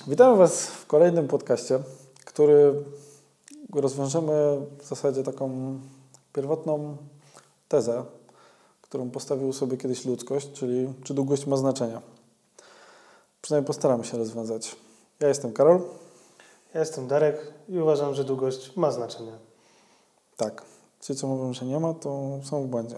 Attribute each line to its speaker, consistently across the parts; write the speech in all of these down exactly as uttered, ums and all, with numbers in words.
Speaker 1: Witamy Was w kolejnym podcaście, który rozwiążemy w zasadzie taką pierwotną tezę, którą postawił sobie kiedyś ludzkość, czyli czy długość ma znaczenie. Przynajmniej postaramy się rozwiązać. Ja jestem Karol.
Speaker 2: Ja jestem Darek i uważam, że długość ma znaczenie.
Speaker 1: Tak. Ci, co mówią, że nie ma, to są w błędzie.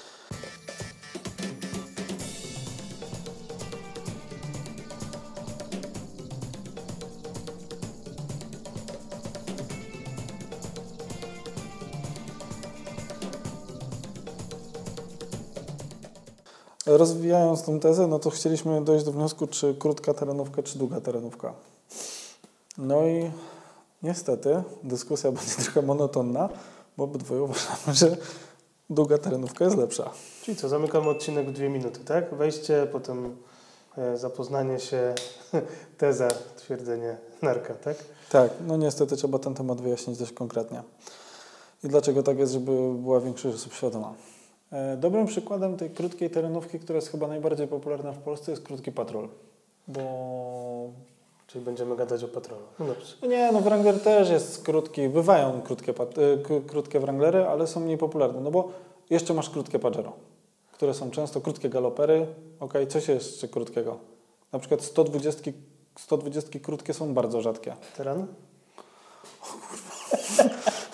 Speaker 1: Rozwijając tę tezę, no to chcieliśmy dojść do wniosku, czy krótka terenówka, czy długa terenówka. No i niestety dyskusja będzie trochę monotonna, bo obydwoje uważamy, że długa terenówka jest lepsza.
Speaker 2: Czyli co, zamykamy odcinek w dwie minuty, tak? Wejście, potem e, zapoznanie się, teza, twierdzenie, narka, tak?
Speaker 1: Tak, no niestety trzeba ten temat wyjaśnić dość konkretnie. I dlaczego tak jest, żeby była większość osób świadoma. Dobrym przykładem tej krótkiej terenówki, która jest chyba najbardziej popularna w Polsce, jest krótki patrol. Bo...
Speaker 2: Czyli będziemy gadać o patrolu. No dobrze.
Speaker 1: Nie, no Wrangler też jest krótki. Bywają krótkie, krótkie Wranglery, ale są mniej popularne. No bo jeszcze masz krótkie Pajero, które są często krótkie galopery. Okej, okay, coś jeszcze krótkiego. Na przykład sto dwadzieścia, sto dwadzieścia krótkie są bardzo rzadkie.
Speaker 2: Teran? O kurwa.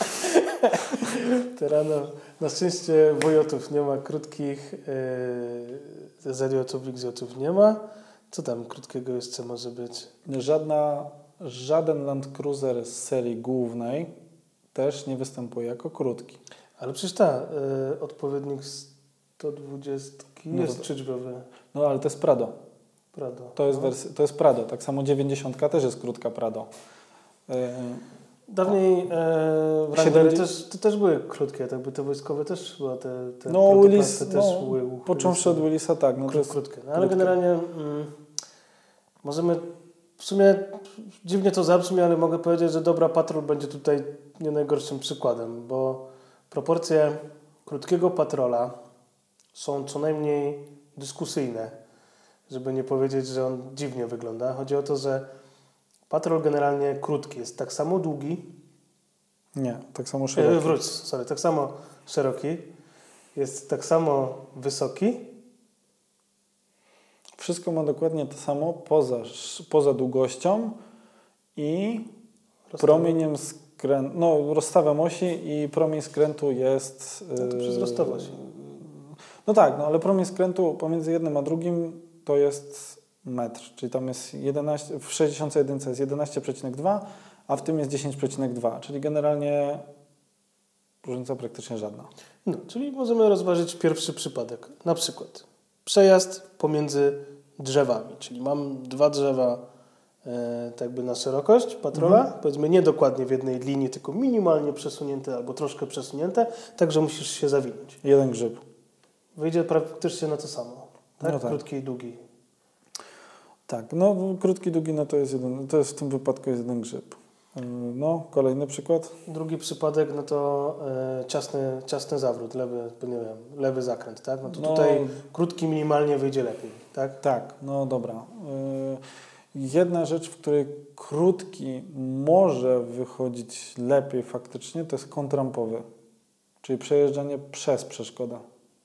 Speaker 2: Terano. Na szczęście wojotów nie ma krótkich, yy, zeriotów, ligsjotów nie ma. Co tam krótkiego jeszcze może być?
Speaker 1: Żadna, żaden Land Cruiser z serii głównej też nie występuje jako krótki.
Speaker 2: Ale przecież ta, yy, odpowiednik sto dwadzieścia
Speaker 1: no
Speaker 2: jest
Speaker 1: to,
Speaker 2: trzydrzwiowy.
Speaker 1: No ale to jest Prado.
Speaker 2: Prado.
Speaker 1: To jest,
Speaker 2: no.
Speaker 1: wersja, to jest Prado. Tak samo dziewięćdziesiątka też jest krótka Prado. Yy,
Speaker 2: Dawniej e, Wranglery też, to też były krótkie, tak by te wojskowe też były, te, te
Speaker 1: no, Willis,
Speaker 2: też
Speaker 1: no,
Speaker 2: były.
Speaker 1: począwszy od Willisa, tak. No
Speaker 2: Kró,
Speaker 1: to jest
Speaker 2: krótkie. No, ale generalnie mm, możemy, w sumie dziwnie to zabrzmi, ale mogę powiedzieć, że Dobra Patrol będzie tutaj nie najgorszym przykładem, bo proporcje krótkiego patrola są co najmniej dyskusyjne, żeby nie powiedzieć, że on dziwnie wygląda. Chodzi o to, że patrol generalnie krótki jest tak samo długi.
Speaker 1: Nie, tak samo szeroki.
Speaker 2: E, wróć, sorry, tak samo szeroki. Jest tak samo wysoki.
Speaker 1: Wszystko ma dokładnie to samo poza, poza długością i Rozstawia. promieniem skrętu. No, rozstawem osi i promień skrętu jest...
Speaker 2: No to przez rozstaw osi.
Speaker 1: No tak, no ale promień skrętu pomiędzy jednym a drugim to jest metr, czyli tam jest jedenaście, w sześćdziesiąt jeden jest jedenaście przecinek dwa, a w tym jest dziesięć przecinek dwa, czyli generalnie różnica praktycznie żadna.
Speaker 2: No, czyli możemy rozważyć pierwszy przypadek, na przykład przejazd pomiędzy drzewami, czyli mam dwa drzewa e, tak jakby na szerokość patrola, mhm. powiedzmy nie dokładnie w jednej linii, tylko minimalnie przesunięte albo troszkę przesunięte, tak że musisz się zawinąć.
Speaker 1: Jeden grzyb.
Speaker 2: Wyjdzie praktycznie na to samo, tak?
Speaker 1: No tak.
Speaker 2: Krótki i długi.
Speaker 1: Tak, no krótki, długi, no to jest jeden, to jest w tym wypadku jest jeden grzyb. No, kolejny przykład.
Speaker 2: Drugi przypadek, no to e, ciasny, ciasny zawrót, lewy, nie wiem, lewy zakręt, tak? No to no, tutaj krótki minimalnie wyjdzie lepiej, tak?
Speaker 1: Tak, no dobra. Yy, jedna rzecz, w której krótki może wychodzić lepiej faktycznie, to jest kontrampowy, czyli przejeżdżanie przez przeszkodę.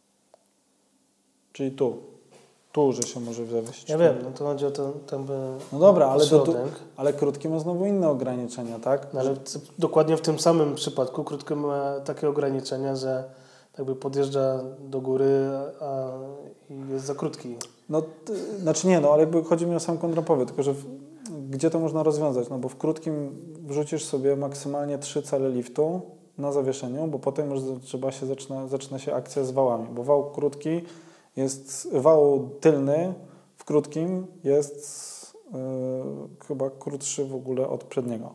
Speaker 1: Czyli tu. Tu, że się może zawieść.
Speaker 2: Ja wiem, no to chodzi o to tam by...
Speaker 1: No dobra, ale, do, ale krótki ma znowu inne ograniczenia, tak?
Speaker 2: No ale że... dokładnie w tym samym przypadku krótki ma takie ograniczenia, że jakby podjeżdża do góry, a i jest za krótki.
Speaker 1: No, t- znaczy nie, no ale jakby chodzi mi o sam kontrapowy, tylko że w, gdzie to można rozwiązać? No bo w krótkim wrzucisz sobie maksymalnie trzy cale liftu na zawieszeniu, bo potem już trzeba się zaczyna, zaczyna się akcja z wałami, bo wał krótki jest, wał tylny w krótkim jest yy, chyba krótszy w ogóle od przedniego.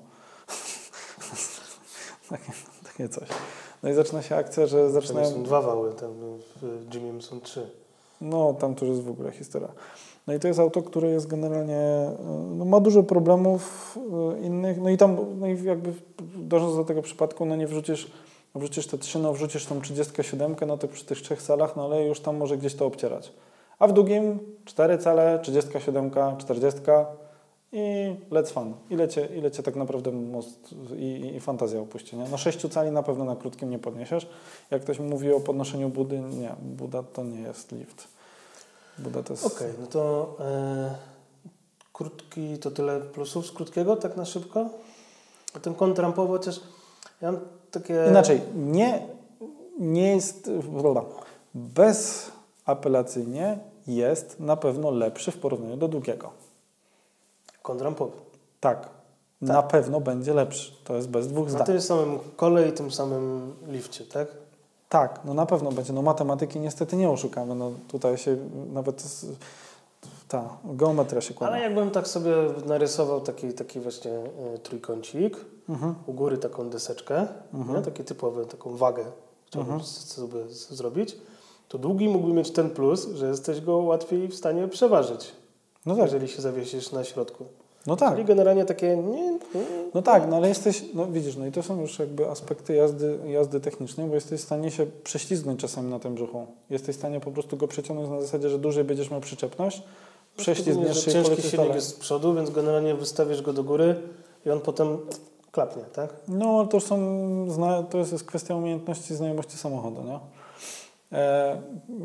Speaker 1: takie, takie coś. No i zaczyna się akcja, że zaczynają...
Speaker 2: Są dwa wały, tam w Jimmy są trzy.
Speaker 1: No, tam to już jest w ogóle historia. No i to jest auto, które jest generalnie, no, ma dużo problemów innych, no i tam, no i jakby dążąc do tego przypadku, no nie wrzucisz, wrzucisz te trzy, no wrzucisz tą trzydziestkę siedem, no to przy tych trzech calach, no ale już tam może gdzieś to obcierać. A w długim cztery cale, trzydziestka siedem, czterdziestka i let's fun. Ile cię, ile cię tak naprawdę most i, i, i fantazja opuści, nie? No sześciu cali na pewno na krótkim nie podniesiesz. Jak ktoś mówi o podnoszeniu Budy, nie, Buda to nie jest lift. Buda to jest...
Speaker 2: Okej, okay, no to e, krótki to tyle plusów z krótkiego, tak na szybko. A ten kąt rampowy chociaż ja mam takie...
Speaker 1: Inaczej, nie, nie jest... Bezapelacyjnie jest na pewno lepszy w porównaniu do długiego.
Speaker 2: Kąt rampowy.
Speaker 1: Tak, tak, na pewno będzie lepszy. To jest bez dwóch zdań.
Speaker 2: Na tym samym kole i tym samym lifcie, tak?
Speaker 1: Tak, no na pewno będzie. No matematyki niestety nie oszukamy. No tutaj się nawet z, ta geometria się kłania.
Speaker 2: Ale jakbym tak sobie narysował taki, taki właśnie y, trójkącik, mhm. u góry taką deseczkę, mhm. nie? Taki typowy, taką wagę chciałbym mhm. sobie z, zrobić, to długi mógłby mieć ten plus, że jesteś go łatwiej w stanie przeważyć, no tak. jeżeli się zawiesisz na środku.
Speaker 1: No tak.
Speaker 2: Czyli generalnie takie... Nie, nie,
Speaker 1: no tak, no ale jesteś, no widzisz, no i to są już jakby aspekty jazdy, jazdy technicznej, bo jesteś w stanie się prześlizgnąć czasami na tym brzuchu. Jesteś w stanie po prostu go przeciągnąć na zasadzie, że dłużej będziesz miał przyczepność, prześlizgniesz się i
Speaker 2: ciężki silnik jest z przodu, więc generalnie wystawisz go do góry i on potem klapnie, tak?
Speaker 1: No to są, to jest kwestia umiejętności, znajomości samochodu, nie? E,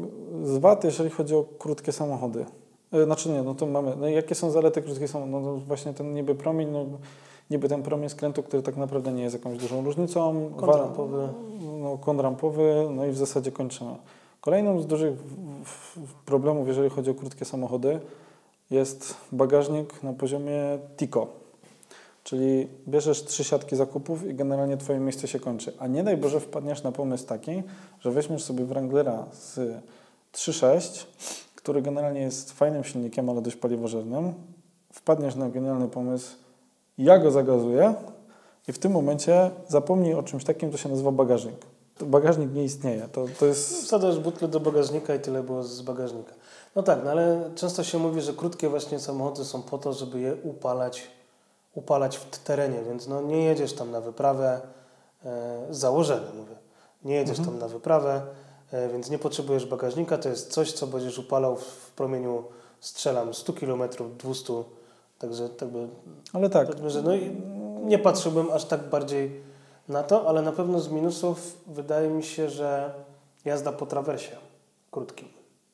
Speaker 1: z wad, jeżeli chodzi o krótkie samochody. Znaczy nie, no to mamy, no jakie są zalety krótkich samochodów? No właśnie ten niby promień, no niby ten promień skrętu, który tak naprawdę nie jest jakąś dużą różnicą.
Speaker 2: Kąt rampowy.
Speaker 1: No kąt rampowy, no i w zasadzie kończymy. Kolejną z dużych problemów, jeżeli chodzi o krótkie samochody, jest bagażnik na poziomie Tico. Czyli bierzesz trzy siatki zakupów i generalnie twoje miejsce się kończy. A nie daj Boże wpadniesz na pomysł taki, że weźmiesz sobie Wranglera z trzy sześć, który generalnie jest fajnym silnikiem, ale dość paliwożernym, wpadniesz na genialny pomysł, ja go zagazuję i w tym momencie zapomnij o czymś takim, co się nazywa bagażnik. To bagażnik nie istnieje. To, to jest...
Speaker 2: Wsadzasz butlę do bagażnika i tyle było z bagażnika. No tak, no ale często się mówi, że krótkie właśnie samochody są po to, żeby je upalać, upalać w terenie, więc no nie jedziesz tam na wyprawę e, z założenia, mówię. Nie jedziesz mhm. tam na wyprawę, więc nie potrzebujesz bagażnika, to jest coś, co będziesz upalał w promieniu, strzelam, sto kilometrów, dwieście, także tak by...
Speaker 1: Ale tak.
Speaker 2: Powiedzmy, że no i nie patrzyłbym aż tak bardziej na to, ale na pewno z minusów wydaje mi się, że jazda po trawersie krótkim,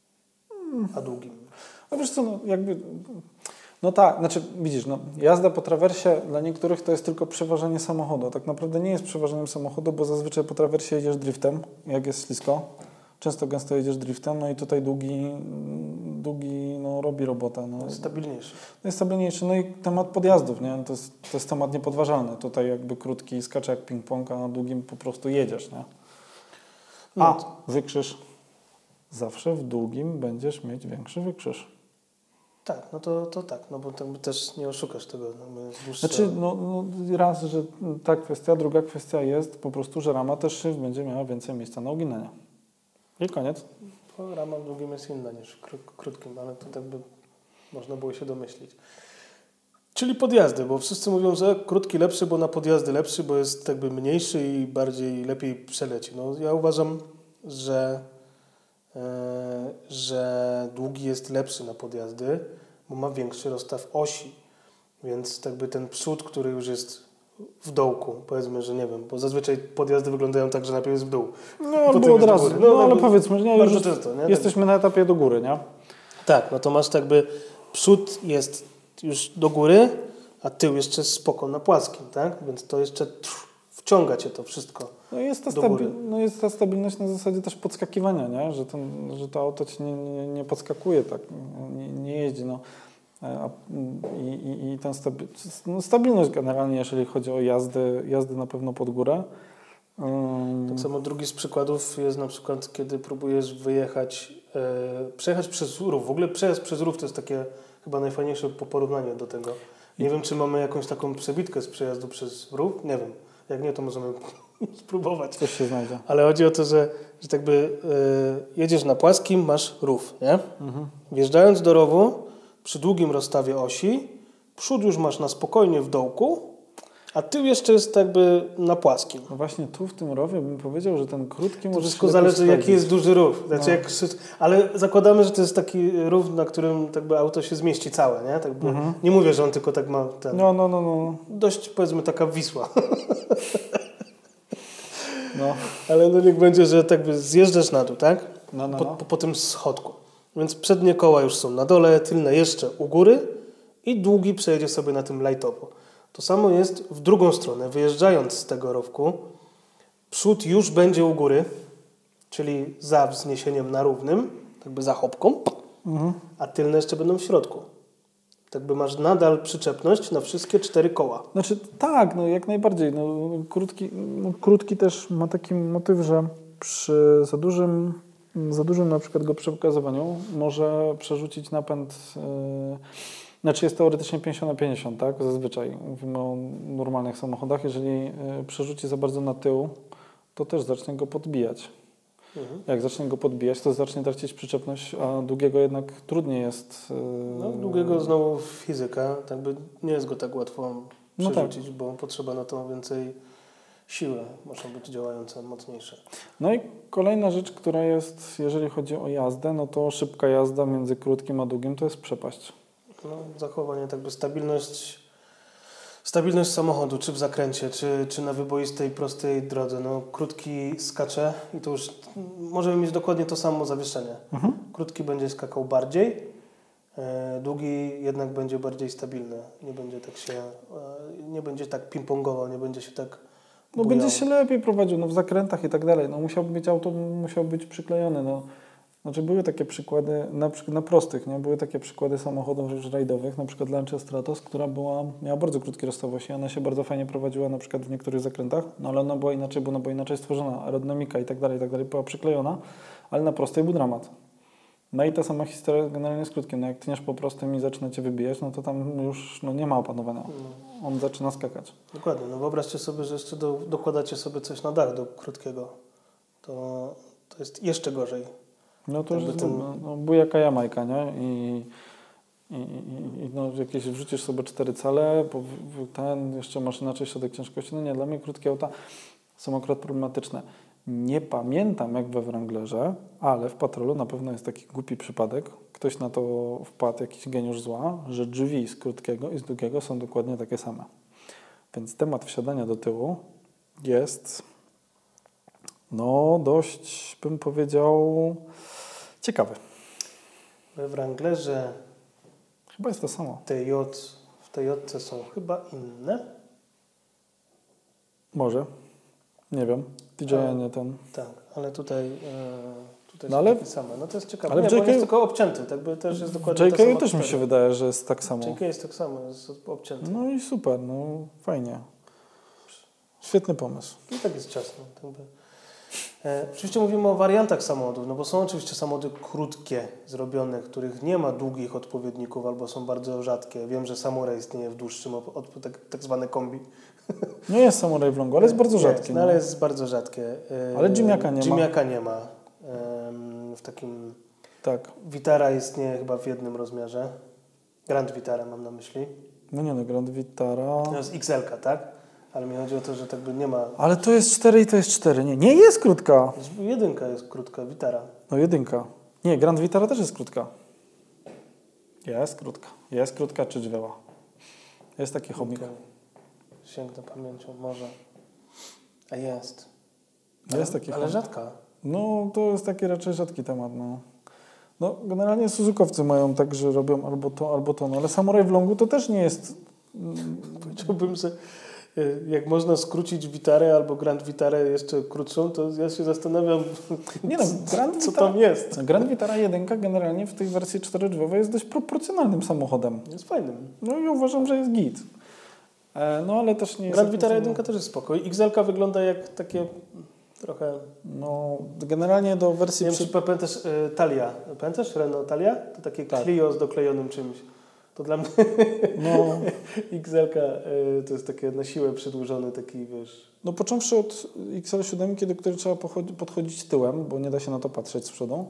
Speaker 2: a długim.
Speaker 1: A wiesz co, no jakby... No tak, znaczy widzisz, no, jazda po trawersie dla niektórych to jest tylko przeważenie samochodu. Tak naprawdę nie jest przeważeniem samochodu, bo zazwyczaj po trawersie jedziesz driftem, jak jest ślisko. Często gęsto jedziesz driftem, no i tutaj długi, długi no, robi robotę. No.
Speaker 2: Jest stabilniejszy.
Speaker 1: Jest stabilniejszy, no i temat podjazdów, nie? To jest, to jest temat niepodważalny. Tutaj jakby krótki skacze jak ping-pong, a na długim po prostu jedziesz, nie? A, no. Wykrzyż. Zawsze w długim będziesz mieć większy wykrzyż.
Speaker 2: Tak, no to, to tak, no bo tam też nie oszukasz tego. No, dłuższe...
Speaker 1: Znaczy, no, no raz, że ta kwestia, druga kwestia jest po prostu, że rama też szyb będzie miała więcej miejsca na uginanie. I koniec.
Speaker 2: Bo rama w długim jest inna niż w krótkim, ale to tak by można było się domyślić. Czyli podjazdy, bo wszyscy mówią, że krótki lepszy, bo na podjazdy lepszy, bo jest jakby mniejszy i bardziej lepiej przeleci. No ja uważam, że że długi jest lepszy na podjazdy, bo ma większy rozstaw osi. Więc jakby ten przód, który już jest w dołku, powiedzmy, że nie wiem, bo zazwyczaj podjazdy wyglądają tak, że najpierw jest w dół.
Speaker 1: No albo od razu, no, no ale powiedzmy, że nie, już
Speaker 2: często, nie?
Speaker 1: jesteśmy tak, na etapie do góry, nie?
Speaker 2: Tak, no to masz tak jakby przód jest już do góry, a tył jeszcze spoko na płaskim, tak? Więc to jeszcze wciąga cię to wszystko.
Speaker 1: No jest ta, stabi- no jest ta stabilność na zasadzie też podskakiwania, nie? Że, ten, że to auto ci nie, nie, nie podskakuje, tak, nie, nie jeździ. No. A, i, i, i ten stabi- no stabilność generalnie, jeżeli chodzi o jazdę, jazdę na pewno pod górę. Um.
Speaker 2: Tak samo drugi z przykładów jest na przykład, kiedy próbujesz wyjechać, e, przejechać przez rów. W ogóle przejazd przez rów to jest takie chyba najfajniejsze po porównaniu do tego. Nie I... wiem, czy mamy jakąś taką przebitkę z przejazdu przez rów. Nie wiem. Jak nie, to możemy spróbować.
Speaker 1: Coś się znajdzie.
Speaker 2: Ale chodzi o to, że, że tak by y, jedziesz na płaskim, masz rów, nie? Mhm. Wjeżdżając do rowu, przy długim rozstawie osi, przód już masz na spokojnie w dołku, A tył jeszcze jest jakby na płaskim.
Speaker 1: No właśnie tu w tym rowie bym powiedział, że ten krótki może
Speaker 2: To wszystko zależy, jaki jest duży rów. Znaczy,
Speaker 1: no.
Speaker 2: jak, ale zakładamy, że to jest taki rów, na którym tak by auto się zmieści całe, nie? Tak by, mhm. Nie mówię, że on tylko tak ma ten...
Speaker 1: No, no, no, no.
Speaker 2: Dość, powiedzmy, taka Wisła.
Speaker 1: No.
Speaker 2: Ale no niech będzie, że tak by zjeżdżasz na dół, tak?
Speaker 1: No, no,
Speaker 2: po,
Speaker 1: no.
Speaker 2: po, po tym schodku. Więc przednie koła już są na dole, tylne jeszcze u góry i długi przejedzie sobie na tym light-upu. To samo jest w drugą stronę. Wyjeżdżając z tego rowku, przód już będzie u góry, czyli za wzniesieniem na równym, jakby za chopką, mhm. a tylne jeszcze będą w środku. Tak by masz nadal przyczepność na wszystkie cztery koła.
Speaker 1: Znaczy tak, no jak najbardziej. No, krótki, no, krótki też ma taki motyw, że przy za dużym, za dużym na przykład go przekazywaniu może przerzucić napęd. Yy, znaczy jest teoretycznie pięćdziesiąt na pięćdziesiąt, tak? Zazwyczaj mówimy o normalnych samochodach. Jeżeli yy, przerzuci za bardzo na tył, to też zacznie go podbijać. Mhm. Jak zacznie go podbijać, to zacznie tracić przyczepność, a długiego jednak trudniej jest. Yy...
Speaker 2: No, długiego znowu fizyka, tak by nie jest go tak łatwo przerzucić, no tak. Bo potrzeba na to więcej siły, muszą być działające mocniejsze.
Speaker 1: No i kolejna rzecz, która jest, jeżeli chodzi o jazdę, no to szybka jazda między krótkim a długim to jest przepaść.
Speaker 2: No, zachowanie, tak by stabilność. Stabilność samochodu, czy w zakręcie, czy, czy na wyboistej, prostej drodze. No, krótki skacze i to już możemy mieć dokładnie to samo zawieszenie. Mhm. Krótki będzie skakał bardziej, e, długi jednak będzie bardziej stabilny. Nie będzie tak się, e, nie będzie tak ping-pongował, nie będzie się tak
Speaker 1: No będzie się lepiej prowadził, no w zakrętach i tak dalej. No musiał być auto, musiał być przyklejony, no. Znaczy były takie przykłady, na, na prostych, nie? Były takie przykłady samochodów już rajdowych, na przykład Lancia Stratos, która była, miała bardzo krótkie rozstawości, ona się bardzo fajnie prowadziła na przykład w niektórych zakrętach, no ale ona była inaczej, bo ona była inaczej stworzona, aerodynamika i tak dalej, i tak dalej, była przyklejona, ale na prostej był dramat. No i ta sama historia generalnie z krótkim, no jak tniesz po prostym i zaczyna cię wybijać, no to tam już no, nie ma opanowania, on zaczyna skakać.
Speaker 2: Dokładnie, no wyobraźcie sobie, że jeszcze do, dokładacie sobie coś na dach do krótkiego, to, to jest jeszcze gorzej.
Speaker 1: No to już jest ten... no, bujaka Jamajka, nie? I, i, i, i no, jakieś wrzucisz sobie cztery cale, bo ten jeszcze masz inaczej środek ciężkości. No nie, dla mnie krótkie auta są akurat problematyczne. Nie pamiętam jak we Wranglerze, ale w Patrolu na pewno jest taki głupi przypadek. Ktoś na to wpadł, jakiś geniusz zła, że drzwi z krótkiego i z długiego są dokładnie takie same. Więc temat wsiadania do tyłu jest no dość, bym powiedział, ciekawy.
Speaker 2: We Wranglerze
Speaker 1: chyba jest to samo.
Speaker 2: T J, w T J są chyba inne?
Speaker 1: Może. Nie wiem. D J I nie ten.
Speaker 2: Tak, ale tutaj, e, tutaj
Speaker 1: no
Speaker 2: są
Speaker 1: ale,
Speaker 2: takie same. No to jest ciekawe.
Speaker 1: Ale
Speaker 2: nie,
Speaker 1: w J K,
Speaker 2: bo on jest tylko obcięty. Tak by też jest dokładnie
Speaker 1: J K też historia. Mi się wydaje, że jest tak samo.
Speaker 2: J K jest tak samo, jest obcięty.
Speaker 1: No i super, no fajnie. Świetny pomysł.
Speaker 2: I tak jest ciasno. Tak by. E, oczywiście mówimy o wariantach samochodów, no bo są oczywiście samochody krótkie, zrobione, których nie ma długich odpowiedników albo są bardzo rzadkie. Wiem, że Samurai istnieje w dłuższym, od, od, tak, tak zwane kombi.
Speaker 1: Nie jest Samurai w longu, ale jest bardzo rzadkie.
Speaker 2: Jest, no, ale jest bardzo rzadkie. E,
Speaker 1: ale Jimiaka nie
Speaker 2: Jimiaka
Speaker 1: ma.
Speaker 2: nie ma. E, w takim...
Speaker 1: Tak.
Speaker 2: Vitara istnieje chyba w jednym rozmiarze. Grand Vitara mam na myśli.
Speaker 1: No nie no, Grand Vitara...
Speaker 2: To jest X L-ka, tak? Ale mi chodzi o to, że tak by nie ma...
Speaker 1: Ale to jest cztery i to jest cztery. Nie, nie jest krótka.
Speaker 2: Jedynka jest krótka, Vitara.
Speaker 1: No jedynka. Nie, Grand Vitara też jest krótka. Jest krótka. Jest krótka czy drzwiała. Jest taki chomik. Okay.
Speaker 2: Sięgnę pamięcią, może. A jest.
Speaker 1: Jest
Speaker 2: ale,
Speaker 1: taki
Speaker 2: Ale
Speaker 1: chomik.
Speaker 2: rzadka.
Speaker 1: No to jest taki raczej rzadki temat, no. No generalnie Suzukowcy mają tak, że robią albo to, albo to. No ale Samurai w longu to też nie jest...
Speaker 2: Powiedziałbym, że jak można skrócić Vitarę albo Grand Vitarę jeszcze krótszą, to ja się zastanawiam,
Speaker 1: nie no, Grand
Speaker 2: co
Speaker 1: Vitara,
Speaker 2: tam jest.
Speaker 1: Grand Vitara jeden generalnie w tej wersji czterodrzwiowej jest dość proporcjonalnym samochodem.
Speaker 2: Jest fajnym.
Speaker 1: No i uważam, że jest git. E, no ale też nie jest...
Speaker 2: Grand Vitara jeden też jest spoko. X L-ka wygląda jak takie trochę...
Speaker 1: No generalnie do wersji...
Speaker 2: Nie wiem, przy... czy pamiętasz y, Talia. Pamiętasz Renault Talia? To takie tak. Clio z doklejonym czymś. To dla mnie no. X L-ka y, to jest takie na siłę przedłużony taki, wiesz...
Speaker 1: No począwszy od X L siedem, do której trzeba podchodzić tyłem, bo nie da się na to patrzeć z przodu.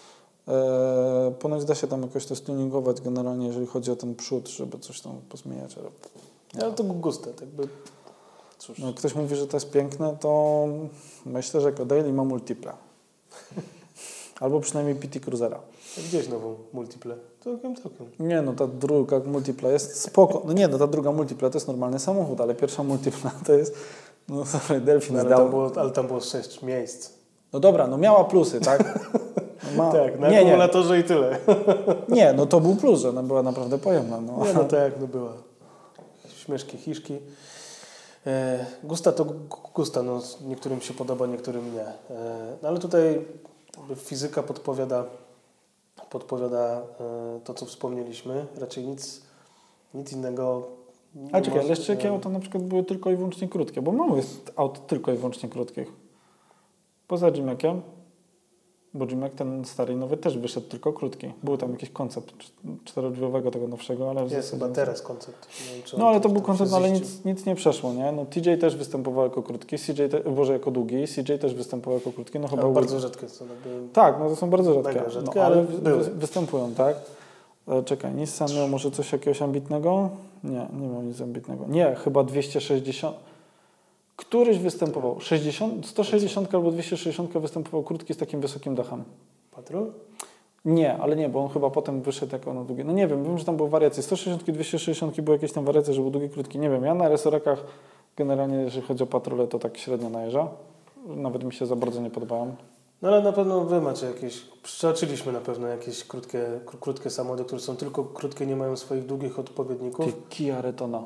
Speaker 1: E, ponoć da się tam jakoś to stuningować generalnie, jeżeli chodzi o ten przód, żeby coś tam pozmieniać. Ale,
Speaker 2: ale to guste, tak by... cóż.
Speaker 1: No, ktoś mówi, że to jest piękne, to myślę, że Daily ma multiple. Albo przynajmniej P T Cruisera.
Speaker 2: Gdzieś nową multiple. Całkiem, całkiem.
Speaker 1: Nie, no ta druga multipla jest spoko. No nie, no ta druga multipla to jest normalny samochód, ale pierwsza multipla to jest... No sorry, Delfin
Speaker 2: No, ale,
Speaker 1: zdał.
Speaker 2: tam było, ale tam było sześć miejsc.
Speaker 1: No dobra, no miała plusy, tak? No ma...
Speaker 2: Tak, na
Speaker 1: nie,
Speaker 2: akumulatorze nie. I tyle.
Speaker 1: Nie, no to był plus, że ona była naprawdę pojemna. No,
Speaker 2: nie, no tak, no była. Śmieszki, hiszki. E, gusta to gusta, no niektórym się podoba, niektórym nie. E, no ale tutaj fizyka podpowiada podpowiada e, to, co wspomnieliśmy. Raczej nic, nic innego nie
Speaker 1: ale czekaj,
Speaker 2: może,
Speaker 1: ale jeszcze jakie auta na przykład były tylko i wyłącznie krótkie? Bo mało jest aut tylko i wyłącznie krótkich. Poza G-Maciem, bo G-Mac ten stary i nowy też wyszedł tylko krótki. Był tam jakiś koncept czterodrzwiowego tego nowszego, ale... w
Speaker 2: Jest
Speaker 1: zasadzie
Speaker 2: chyba teraz koncept. Nie wiem, czy
Speaker 1: no ale to
Speaker 2: tam-
Speaker 1: był
Speaker 2: tam
Speaker 1: koncept,
Speaker 2: się
Speaker 1: ale
Speaker 2: ziścił.
Speaker 1: nic, nic nie przeszło, nie? No T J też występował jako krótki, C J te, Boże, jako długi, C J też występował jako krótki, no chyba...
Speaker 2: Ale
Speaker 1: był-
Speaker 2: bardzo rzadkie są. Jakby...
Speaker 1: Tak, no to są bardzo rzadkie,
Speaker 2: Mega rzadkie,
Speaker 1: no, ale
Speaker 2: ale
Speaker 1: wy-
Speaker 2: były.
Speaker 1: wy- występują, tak? E, czekaj, Nissan miał może coś jakiegoś ambitnego? Nie, nie miał nic ambitnego. Nie, chyba dwieście sześćdziesiąt... Któryś występował, sześćdziesiąt, sto sześćdziesiąt albo dwieście sześćdziesiąt występował krótki z takim wysokim dachem.
Speaker 2: Patrol?
Speaker 1: Nie, ale nie, bo on chyba potem wyszedł jako na długie. No nie wiem, wiem, że tam były wariacje. sto sześćdziesiąt, dwieście sześćdziesiąt były jakieś tam wariacje, że był długi, krótki. Nie wiem, ja na resorakach generalnie, jeżeli chodzi o patrole, to tak średnio najeżdża. Nawet mi się za bardzo nie podobają.
Speaker 2: No ale na pewno wy macie jakieś, przeoczyliśmy na pewno jakieś krótkie, kró- krótkie samochody, które są tylko krótkie, nie mają swoich długich odpowiedników.
Speaker 1: Ty, Kia Retona.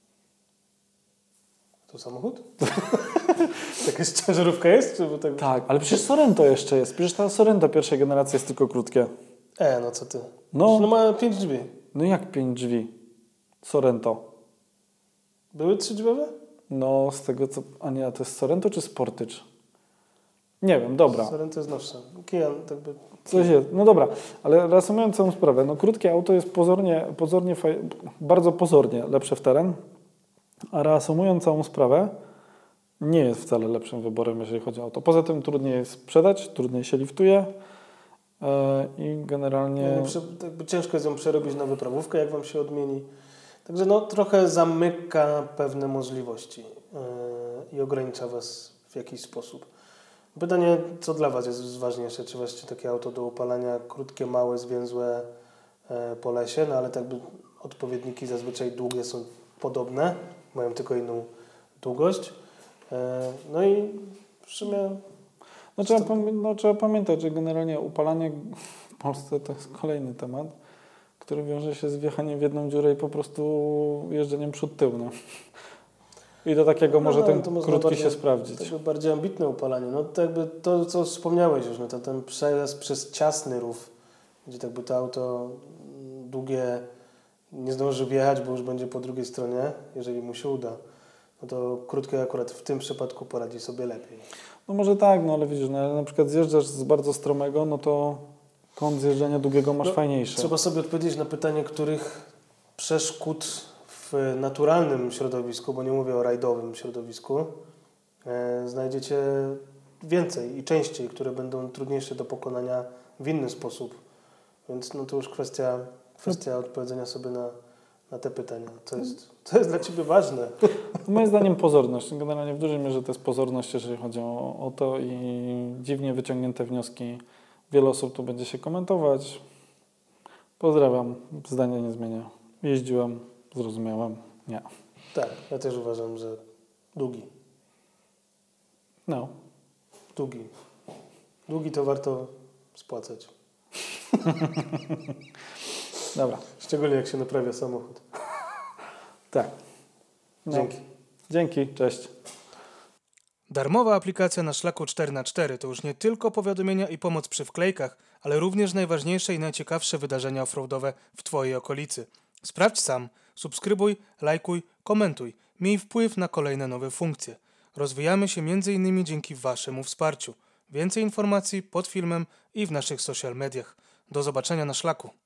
Speaker 2: To samochód? Jakaś ciężarówka jest? Czy bo tak...
Speaker 1: Tak, ale przecież Sorento jeszcze jest. Przecież ta Sorento pierwszej generacji jest tylko krótkie.
Speaker 2: E, no co ty?
Speaker 1: No.
Speaker 2: No ma pięć drzwi.
Speaker 1: No jak pięć drzwi? Sorento.
Speaker 2: Były trzy-drzwiowe?
Speaker 1: No z tego co... A nie, a to jest Sorento czy Sportage? Nie wiem, dobra.
Speaker 2: Sorento jest nowsza. Kia, tak by...
Speaker 1: Coś jest. No dobra, ale reasumując całą sprawę, no krótkie auto jest pozornie, pozornie faj... bardzo pozornie lepsze w teren, a reasumując całą sprawę, nie jest wcale lepszym wyborem, jeżeli chodzi o auto. Poza tym trudniej jest sprzedać, trudniej się liftuje yy, i generalnie...
Speaker 2: Nie, prze, jakby ciężko jest ją przerobić na wyprawówkę, jak wam się odmieni. Także no trochę zamyka pewne możliwości yy, i ogranicza was w jakiś sposób. Pytanie, co dla was jest ważniejsze? Czy właśnie takie auto do upalania, krótkie, małe, zwięzłe yy, po lesie, no ale tak by odpowiedniki zazwyczaj długie są podobne, mają tylko inną długość. Yy, no i w sumie...
Speaker 1: No trzeba, pamię- no trzeba pamiętać, że generalnie upalanie w Polsce to jest kolejny temat, który wiąże się z wjechaniem w jedną dziurę i po prostu jeżdżeniem przód-tył. No. I do takiego
Speaker 2: No,
Speaker 1: może
Speaker 2: no,
Speaker 1: ten
Speaker 2: to można
Speaker 1: krótki
Speaker 2: bardziej-
Speaker 1: się sprawdzić.
Speaker 2: Jakby bardziej ambitne upalanie. No to jakby to, co wspomniałeś już, no to ten przejazd przez ciasny rów, gdzie tak by to auto mm, długie nie zdąży wjechać, bo już będzie po drugiej stronie, jeżeli mu się uda. No to krótkie akurat w tym przypadku poradzi sobie lepiej.
Speaker 1: No może tak, no ale widzisz, no, ale na przykład zjeżdżasz z bardzo stromego, no to kąt zjeżdżania długiego masz
Speaker 2: No,
Speaker 1: fajniejszy.
Speaker 2: Trzeba sobie odpowiedzieć na pytanie, których przeszkód w naturalnym środowisku, bo nie mówię o rajdowym środowisku, e, znajdziecie więcej i częściej, które będą trudniejsze do pokonania w inny sposób. Więc no to już kwestia, kwestia odpowiedzenia sobie na, na te pytania. Co jest, co jest dla Ciebie ważne?
Speaker 1: Moim zdaniem pozorność. Generalnie w dużej mierze to jest pozorność, jeżeli chodzi o, o to i dziwnie wyciągnięte wnioski. Wiele osób tu będzie się komentować. Pozdrawiam. Zdania nie zmienię. Jeździłem, zrozumiałem. Nie.
Speaker 2: Tak, ja też uważam, że długi.
Speaker 1: No.
Speaker 2: Długi. Długi to warto spłacać.
Speaker 1: Dobra.
Speaker 2: Szczególnie jak się naprawia samochód.
Speaker 1: Tak. No.
Speaker 2: Dzięki.
Speaker 1: Dzięki. Cześć.
Speaker 3: Darmowa aplikacja na Szlaku cztery na cztery to już nie tylko powiadomienia i pomoc przy wklejkach, ale również najważniejsze i najciekawsze wydarzenia offroadowe w Twojej okolicy. Sprawdź sam, subskrybuj, lajkuj, komentuj. Miej wpływ na kolejne nowe funkcje. Rozwijamy się między innymi dzięki Waszemu wsparciu. Więcej informacji pod filmem i w naszych social mediach. Do zobaczenia na Szlaku.